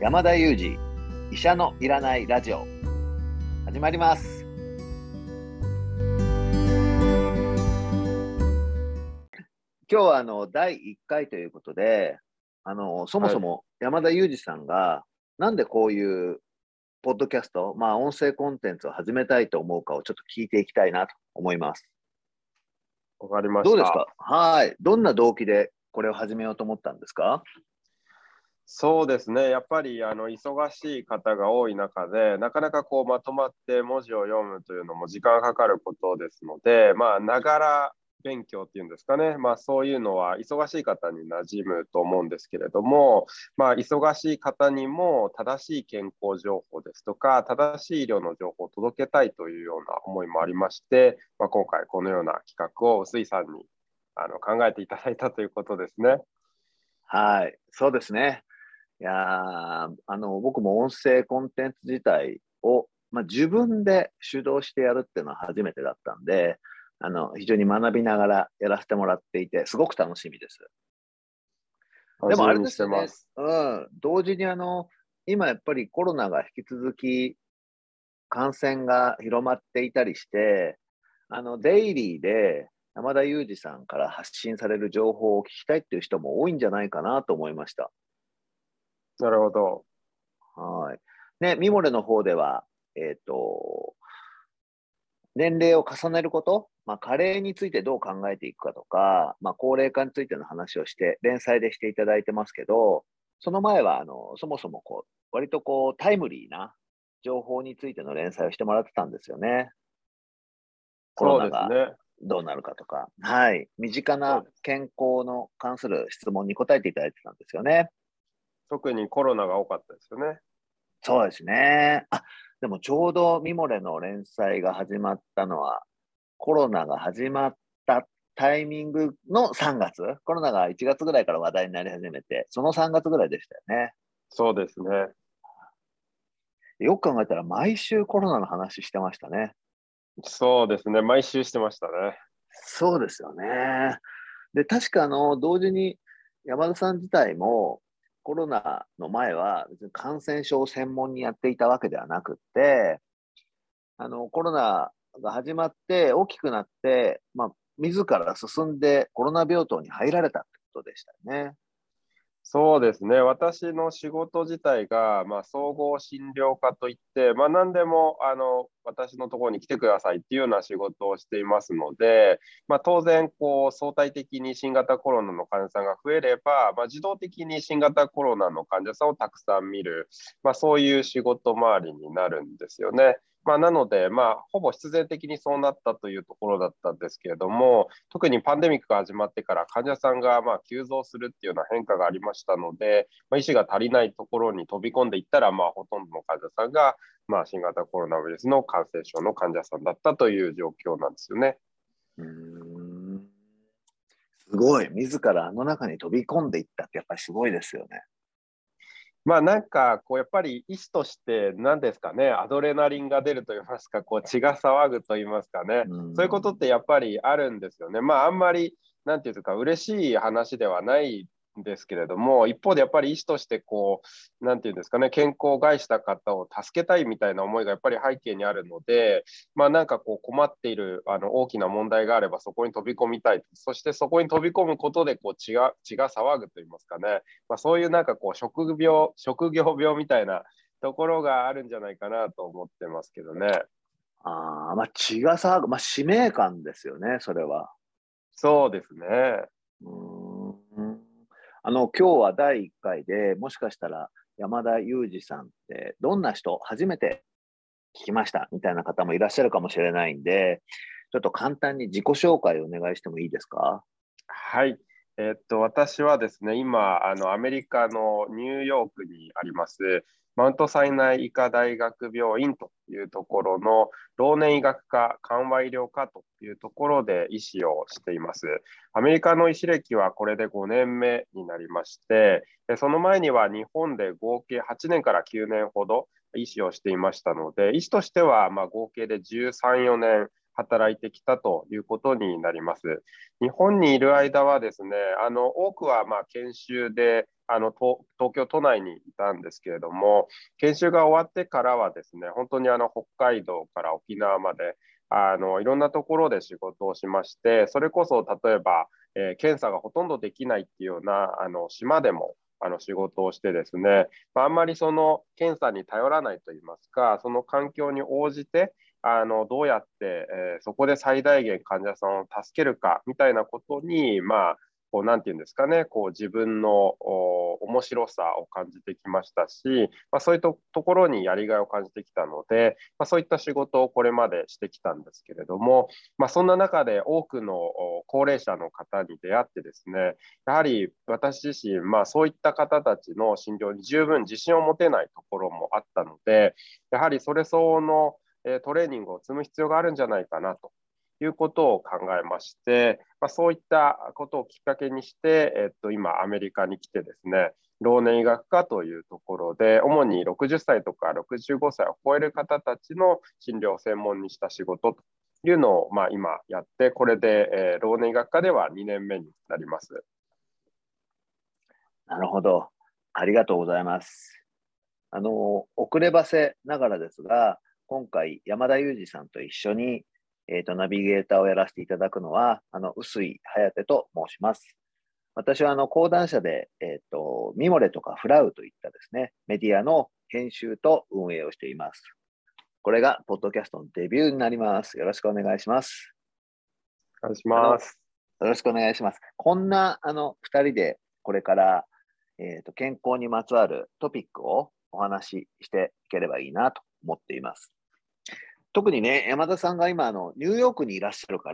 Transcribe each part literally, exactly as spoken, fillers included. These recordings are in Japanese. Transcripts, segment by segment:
山田裕二、医者のいらないラジオ、始まります。今日はあのだいいっかいということで、あのそもそも山田裕二さんがなんでこういうポッドキャスト、まあ音声コンテンツを始めたいと思うかをちょっと聞いていきたいなと思います。 わかりました。 どうですか？はい。どんな動機でこれを始めようと思ったんですか？ そうですね。やっぱりあの忙しい方が多い中で、なかなかこうまとまって文字を読むというのも時間がかかることですので、まあ、ながら勉強っていうんですかね。まあ、そういうのは忙しい方に馴染むと思うんですけれども、まあ、忙しい方にも正しい健康情報ですとか、正しい医療の情報を届けたいというような思いもありまして、まあ、今回このような企画を臼井さんにあの考えていただいたということですね。 はい。そうですね。いやー、あの、僕も音声コンテンツ自体を、まあ、自分で主導してやるっていうのは初めてだったんで、あの、非常に学びながらやらせてもらっていて、すごく楽しみです。でもあれ楽しみにしですよね。 てます。 うん。同時にあの、今やっぱりコロナが引き続き感染が広まっていたりして、あの、デイリーで山田裕二さんから発信される情報を聞きたいっていう人も多いんじゃないかなと思いました。 なるほど。 はい。ね、ミモレの方では、えっと、年齢を重ねること、まあ、加齢についてどう考えていくかとか、まあ、高齢化についての話をして、連載でしていただいてますけど、その前は、あの、そもそもこう、割とこう、タイムリーな情報についての連載をしてもらってたんですよね。コロそうナがですね。 どうなるかとか、はい。身近なそうです。 健康の関する質問に答えていただいてたんですよね。 特にコロナが多かったですよね。 そうですね。あ、でもちょうどミモレの連載が始まったのは、コロナが始まったタイミングのさんがつ、コロナがいちがつぐらいから話題になり始めて、そのさんがつぐらいでしたよね。 そうですね。 よく考えたら毎週コロナの話してましたね。 そうですね。毎週してましたね。 そうですよね。で、確かあの、同時に山田さん自体もコロナの前は別に感染症を専門にやっていたわけではなくって、あの、コロナが始まって大きくなって、まあ、自ら進んでコロナ病棟に入られたってことでしたよね。 そうですね。私の仕事自体が、まあ、総合診療科といって、まあ、何でもあの私のところに来てくださいっていうような仕事をしていますので、まあ、当然こう相対的に新型コロナの患者さんが増えれば、まあ、自動的に新型コロナの患者さんをたくさん見る、まあ、そういう仕事周りになるんですよね。まあ、なので、まあ、ほぼ必然的にそうなったというところだったんですけれども、特にパンデミックが始まってから患者さんがまあ急増するっていうような変化がありましたので、まあ、医師が足りないところに飛び込んでいったら、まあ、ほとんどの患者さんがまあ新型コロナウイルスの感染症の患者さんだったという状況なんですよね。 うーん、すごい。自らあの中に飛び込んでいったってやっぱりすごいですよね。 まあなんかこうやっぱり医師として何ですかね、アドレナリンが出ると言いますか、こう血が騒ぐと言いますかね、 うーそういうことってん。 やっぱりあるんですよね。まああんまりなんていうか嬉しい話ではないんですけれども、一方でやっぱり医師としてこうなんていうんですかね、健康を害した方を助けたいみたいな思いがやっぱり背景にあるので、まあなんかこう困っているあの大きな問題があればそこに飛び込みたい、そしてそこに飛び込むことでこう血が血が騒ぐと言いますかね。まあ、そういうなんかこう職業、職業病みたいなところがあるんじゃないかなと思ってますけどね。 ああ、まあ血が騒ぐ、まあ使命感ですよね、それは。 そうですね。 うーん。あの、今日はだいいっかいで、もしかしたら山田裕二さんってどんな人、初めて聞きましたみたいな方もいらっしゃるかもしれないんで、ちょっと簡単に自己紹介をお願いしてもいいですか？ はい。えっと、私はですね、今、あの、アメリカのニューヨークにあります、マウントサイナイ医科大学病院というところの老年医学科緩和医療科というところで医師をしています。アメリカの医師歴はこれでごねんめになりまして、その前には日本で合計はちねんからきゅうねんほど医師をしていましたので、医師としてはまあ合計でじゅうさん、よねん働いてきたということになります。日本にいる間はですね、あの多くはまあ研修であの東、東京都内にいたんですけれども、研修が終わってからはですね、本当にあの北海道から沖縄まであのいろんなところで仕事をしまして、それこそ例えば、えー検査がほとんどできないっていうようなあの島でもあの仕事をしてですね、まあ、あんまりその検査に頼らないといいますか、その環境に応じてあのどうやって、えーそこで最大限患者さんを助けるかみたいなことに、まあ、こうなんていうんですかね、こう自分のお面白さを感じてきましたし、まあ、そういうと、ところにやりがいを感じてきたので、まあ、そういった仕事をこれまでしてきたんですけれども、まあ、そんな中で多くのお高齢者の方に出会ってですね、やはり私自身、まあ、そういった方たちの診療に十分自信を持てないところもあったので、やはりそれ相応のえートレーニングを積む必要があるんじゃないかなということを考えまして、まあ、そういったことをきっかけにして、えっと、今アメリカに来てですね、老年医学科というところで、主にろくじゅっさいとかろくじゅうごさいを超える方たちの診療を専門にした仕事というのを、まあ、今やって、これで、えー老年医学科ではにねんめになります。 なるほど。ありがとうございます。あの、遅ればせながらですが、今回、山田裕二さんと一緒に、えっと、ナビゲーターをやらせていただくのは、あの、臼井颯と申します。私は、あの、講談社で、えっと、ミモレとかフラウといったですね、メディアの編集と運営をしています。これが、ポッドキャストのデビューになります。よろしくお願いします。 お願いしあの、 ます。 よろしくお願いします。こんな、あの、二人で、これから、えっと、健康にまつわるトピックをお話ししていければいいなと思っています。特にね、山田さんが今、あの、ニューヨークにいらっしゃるから、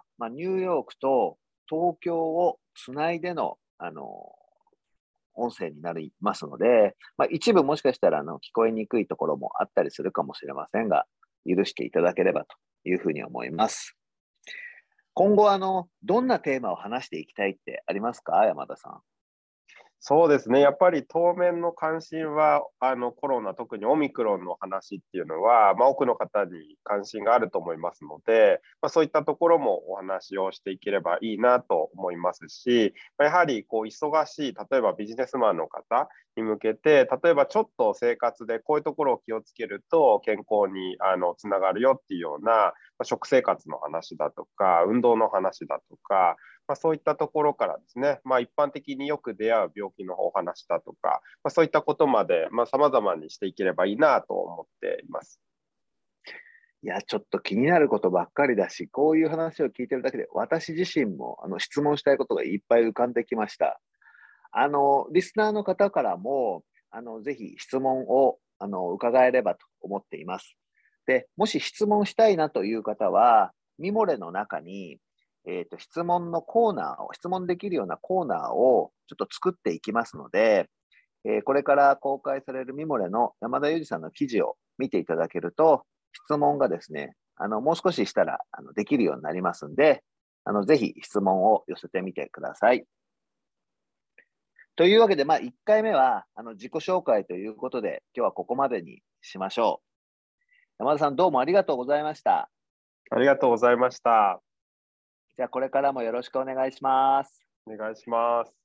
まあ、ニューヨークと東京をつないでの、あの、音声になりますので、まあ、一部もしかしたら、あの、聞こえにくいところもあったりするかもしれませんが、許していただければというふうに思います。今後、あの、どんなテーマを話していきたいってありますか、山田さん。 そうですね。やっぱり当面の関心は、あのコロナ、特にオミクロンの話っていうのは、まあ、多くの方に関心があると思いますので、まあ、そういったところもお話をしていければいいなと思いますし、まあやはりこう忙しい、例えばビジネスマンの方に向けて、例えばちょっと生活でこういうところを気をつけると健康にあのつながるよっていうような、まあ、食生活の話だとか、運動の話だとか、まあ、そういったところからですね、まあ、一般的によく出会う病気のお話だとか、まあ、そういったことまで、まあ、様々にしていければいいなと思っています。 いや、ちょっと気になることばっかりだし、こういう話を聞いてるだけで、私自身もあの質問したいことがいっぱい浮かんできました。あの、リスナーの方からも、あの、ぜひ質問を、あの、伺えればと思っています。で、もし質問したいなという方は、ミモレの中に、えっと、質問のコーナーを、質問できるようなコーナーをちょっと作っていきますので、えーこれから公開されるミモレの山田裕二さんの記事を見ていただけると、質問がですね、あの、もう少ししたら、あの、できるようになりますんで、あの、ぜひ質問を寄せてみてください。というわけで、まあ、いっかいめは、あの、自己紹介ということで、今日はここまでにしましょう。山田さん、どうもありがとうございました。 ありがとうございました。 じゃあ、これからもよろしくお願いします。 お願いします。